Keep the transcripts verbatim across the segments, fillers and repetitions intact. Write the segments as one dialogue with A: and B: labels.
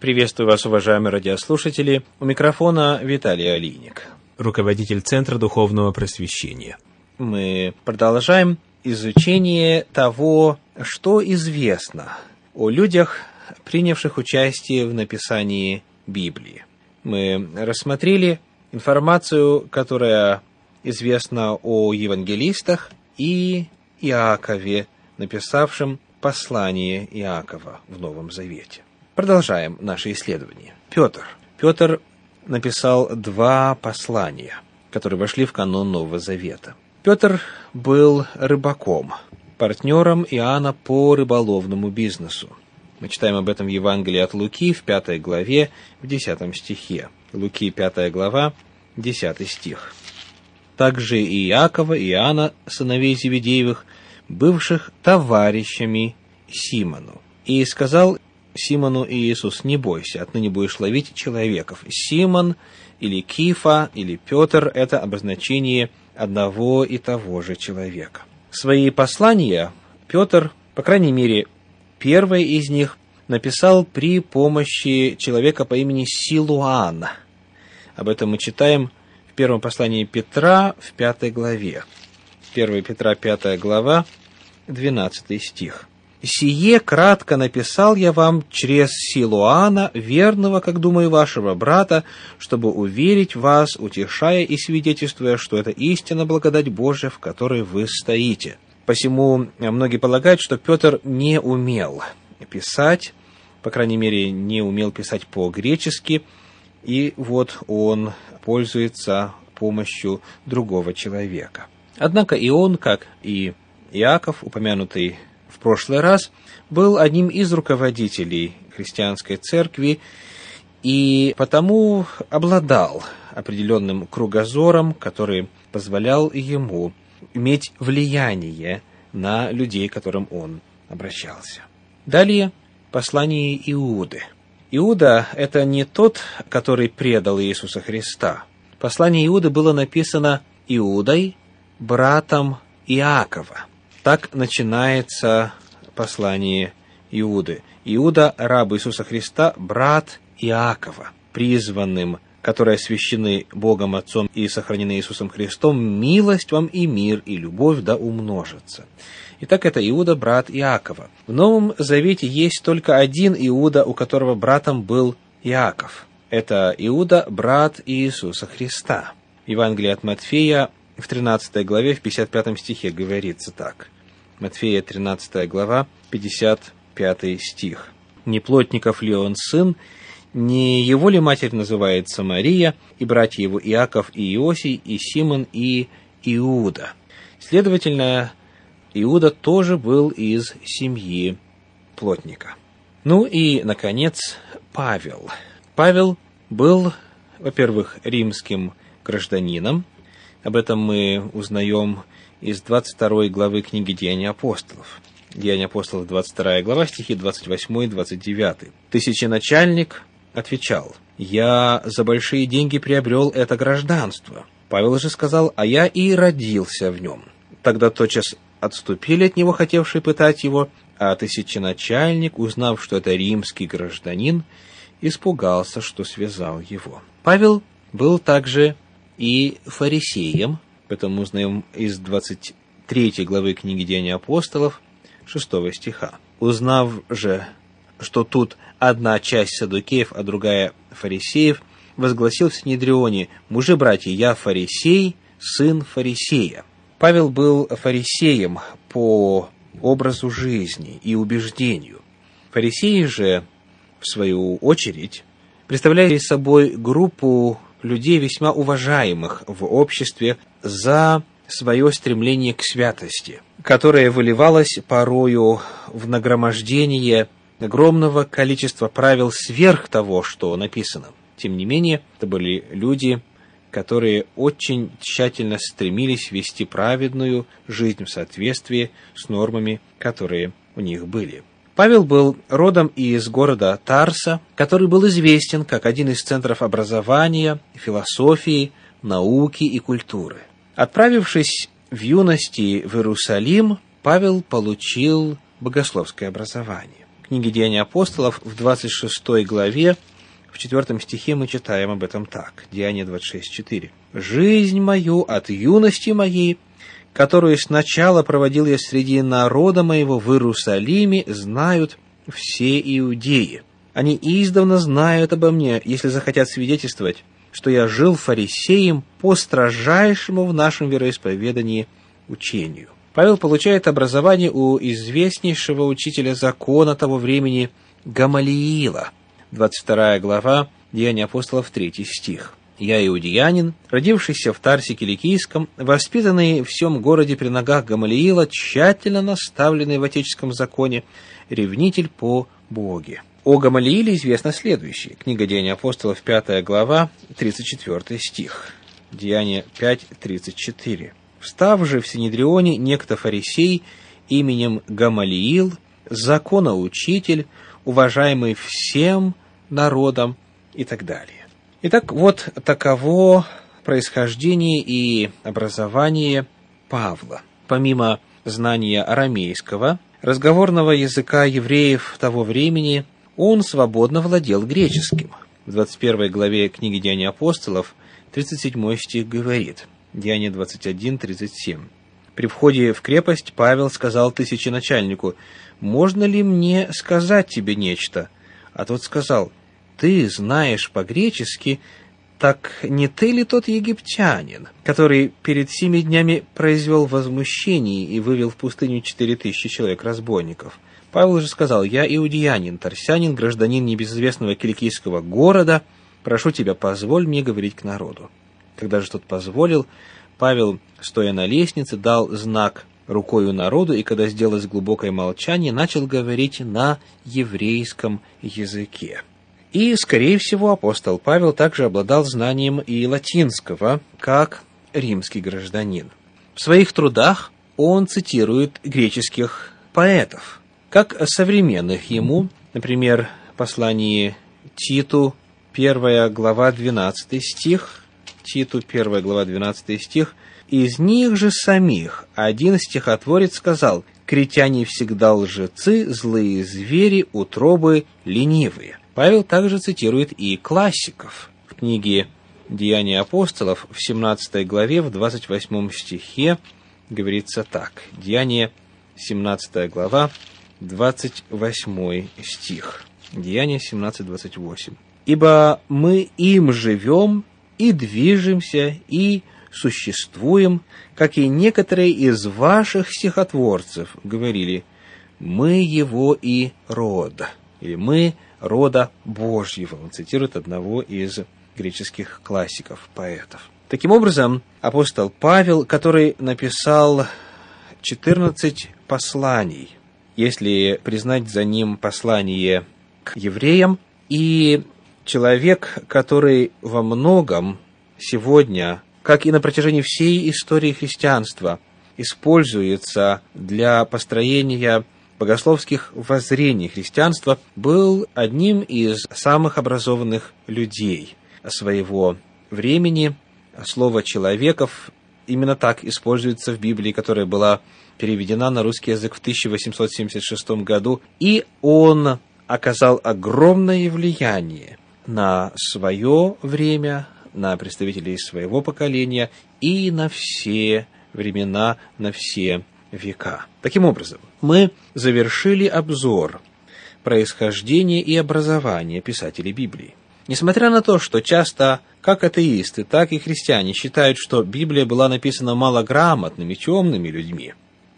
A: Приветствую вас, уважаемые радиослушатели. У микрофона Виталий Алиник, руководитель Центра Духовного Просвещения. Мы продолжаем изучение того, что известно о людях, принявших участие в написании Библии. Мы рассмотрели информацию, которая известна о евангелистах и Иакове, написавшем послание Иакова в Новом Завете. Продолжаем наше исследование. Петр. Петр написал два послания, которые вошли в канон Нового Завета. Петр был рыбаком, партнером Иоанна по рыболовному бизнесу. Мы читаем об этом в Евангелии от Луки в пятой главе, в десятом стихе. Луки, пятая глава, десятый стих. Также и Иакова, и Иоанна, сыновей Зеведеевых, бывших товарищами Симону. И сказал Симону Иисус: не бойся, отныне будешь ловить человеков. Симон или Кифа или Петр – это обозначение одного и того же человека. Свои послания Петр, по крайней мере, первое из них, написал при помощи человека по имени Силуан. Об этом мы читаем в первом послании Петра в пятой главе. первое Петра, пятая глава, двенадцатый стих. «Сие кратко написал я вам через Силуана, верного, как думаю, вашего брата, чтобы уверить вас, утешая и свидетельствуя, что это истинно благодать Божия, в которой вы стоите». Посему многие полагают, что Петр не умел писать, по крайней мере, не умел писать по-гречески, и вот он пользуется помощью другого человека. Однако и он, как и Иаков, упомянутый в прошлый раз, был одним из руководителей христианской церкви и потому обладал определенным кругозором, который позволял ему иметь влияние на людей, к которым он обращался. Далее послание Иуды. Иуда – это не тот, который предал Иисуса Христа. Послание Иуды было написано Иудой, братом Иакова. Так начинается послание Иуды. Иуда, раб Иисуса Христа, брат Иакова, призванным, которые освящены Богом Отцом и сохранены Иисусом Христом, милость вам и мир, и любовь да умножится. Итак, это Иуда, брат Иакова. В Новом Завете есть только один Иуда, у которого братом был Иаков. Это Иуда, брат Иисуса Христа. Евангелие от Матфея в тринадцатой главе, в пятьдесят пятом стихе говорится так. Матфея, тринадцатая глава, пятьдесят пятый стих. «Не плотников ли он сын, не его ли матерь называется Мария, и братья его Иаков и Иосий, и Симон, и Иуда?» Следовательно, Иуда тоже был из семьи плотника. Ну и, наконец, Павел. Павел был, во-первых, римским гражданином. Об этом мы узнаем из двадцать второй главы книги «Деяния апостолов». «Деяния апостолов», двадцать вторая глава, стихи двадцать восьмой и двадцать девятый. «Тысяченачальник отвечал: я за большие деньги приобрел это гражданство. Павел же сказал: а я и родился в нем. Тогда тотчас отступили от него, хотевшие пытать его, а тысяченачальник, узнав, что это римский гражданин, испугался, что связал его». Павел был также и фарисеем, поэтому мы узнаем из двадцать третьей главы книги «Деяния апостолов», шестого стиха. «Узнав же, что тут одна часть саддукеев, а другая фарисеев, возгласил в Синедрионе: мужи, братья, я фарисей, сын фарисея». Павел был фарисеем по образу жизни и убеждению. Фарисеи же, в свою очередь, представляли собой группу людей, весьма уважаемых в обществе за свое стремление к святости, которое выливалось порою в нагромождение огромного количества правил сверх того, что написано. Тем не менее, это были люди, которые очень тщательно стремились вести праведную жизнь в соответствии с нормами, которые у них были. Павел был родом из города Тарса, который был известен как один из центров образования, философии, науки и культуры. Отправившись в юности в Иерусалим, Павел получил богословское образование. книги «Деяния апостолов» в двадцать шестой главе, в четвертом стихе мы читаем об этом так. Деяния двадцать шесть, четыре. «Жизнь мою от юности моей, которую сначала проводил я среди народа моего в Иерусалиме, знают все иудеи. Они издавна знают обо мне, если захотят свидетельствовать, что я жил фарисеем по строжайшему в нашем вероисповедании учению». Павел получает образование у известнейшего учителя закона того времени Гамалиила. двадцать вторая глава, Деяния апостолов, третий стих. «Я иудеянин, родившийся в Тарсе Киликийском, воспитанный в всем городе при ногах Гамалиила, тщательно наставленный в отеческом законе, ревнитель по Боге». О Гамалииле известно следующее. Книга «Деяния апостолов», пятая глава, тридцать четвертый стих. Деяния пять, тридцать четыре. «Встав же в Синедрионе некто фарисей именем Гамалиил, законоучитель, уважаемый всем народом» и так далее. Итак, вот таково происхождение и образование Павла. Помимо знания арамейского, разговорного языка евреев того времени, он свободно владел греческим. В двадцать первой главе книги «Деяния апостолов» тридцать седьмой стих говорит, Деяния двадцать один, тридцать семь. «При входе в крепость Павел сказал тысяченачальнику: „Можно ли мне сказать тебе нечто?“ А тот сказал: „Ты знаешь по-гречески, так не ты ли тот египтянин, который перед семи днями произвел возмущение и вывел в пустыню четыре тысячи человек-разбойников?“ Павел же сказал: „Я иудеянин, тарсянин, гражданин небезызвестного киликийского города. Прошу тебя, позволь мне говорить к народу“. Когда же тот позволил, Павел, стоя на лестнице, дал знак рукою народу, и когда сделалось глубокое молчание, начал говорить на еврейском языке. И, скорее всего, апостол Павел также обладал знанием и латинского, как римский гражданин. В своих трудах он цитирует греческих поэтов, как современных ему, например, послание Титу, первая глава, двенадцатый стих, Титу, первая глава, двенадцатый стих, «Из них же самих один стихотворец сказал: „Критяне всегда лжецы, злые звери, утробы ленивые“». Павел также цитирует и классиков. В книге «Деяния апостолов» в семнадцатой главе, в двадцать восьмом стихе говорится так. Деяния, семнадцатая глава, двадцать восьмой стих. Деяния семнадцать, двадцать восемь. «Ибо мы им живем и движемся, и существуем, как и некоторые из ваших стихотворцев говорили, мы его и род, или мы рода Божьего». Он цитирует одного из греческих классиков, поэтов. Таким образом, апостол Павел, который написал четырнадцать посланий, если признать за ним послание к евреям, и человек, который во многом сегодня, как и на протяжении всей истории христианства, используется для построения богословских воззрений христианства, был одним из самых образованных людей своего времени. Слово «человеков» именно так используется в Библии, которая была переведена на русский язык в тысяча восемьсот семьдесят шестом году, и он оказал огромное влияние на свое время, на представителей своего поколения и на все времена, на все века. Таким образом, мы завершили обзор происхождения и образования писателей Библии. Несмотря на то, что часто как атеисты, так и христиане считают, что Библия была написана малограмотными, темными людьми,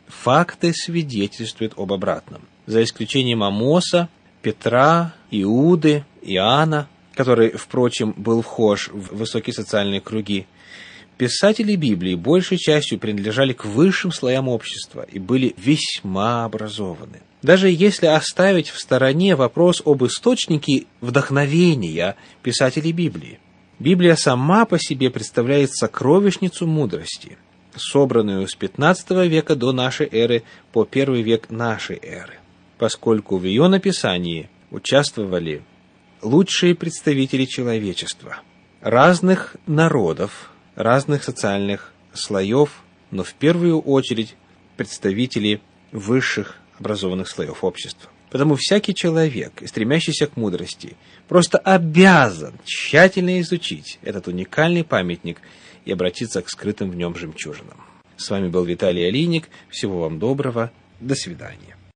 A: факты свидетельствуют об обратном. За исключением Амоса, Петра, Иуды, Иоанна, который, впрочем, был вхож в высокие социальные круги, писатели Библии большей частью принадлежали к высшим слоям общества и были весьма образованы. Даже если оставить в стороне вопрос об источнике вдохновения писателей Библии, Библия сама по себе представляет сокровищницу мудрости, собранную с пятнадцатого века до нашей эры по первый век нашей эры, поскольку в ее написании участвовали лучшие представители человечества, разных народов, разных социальных слоев, но в первую очередь представители высших образованных слоев общества. Потому всякий человек, стремящийся к мудрости, просто обязан тщательно изучить этот уникальный памятник и обратиться к скрытым в нем жемчужинам. С вами был Виталий Алийник. Всего вам доброго. До свидания.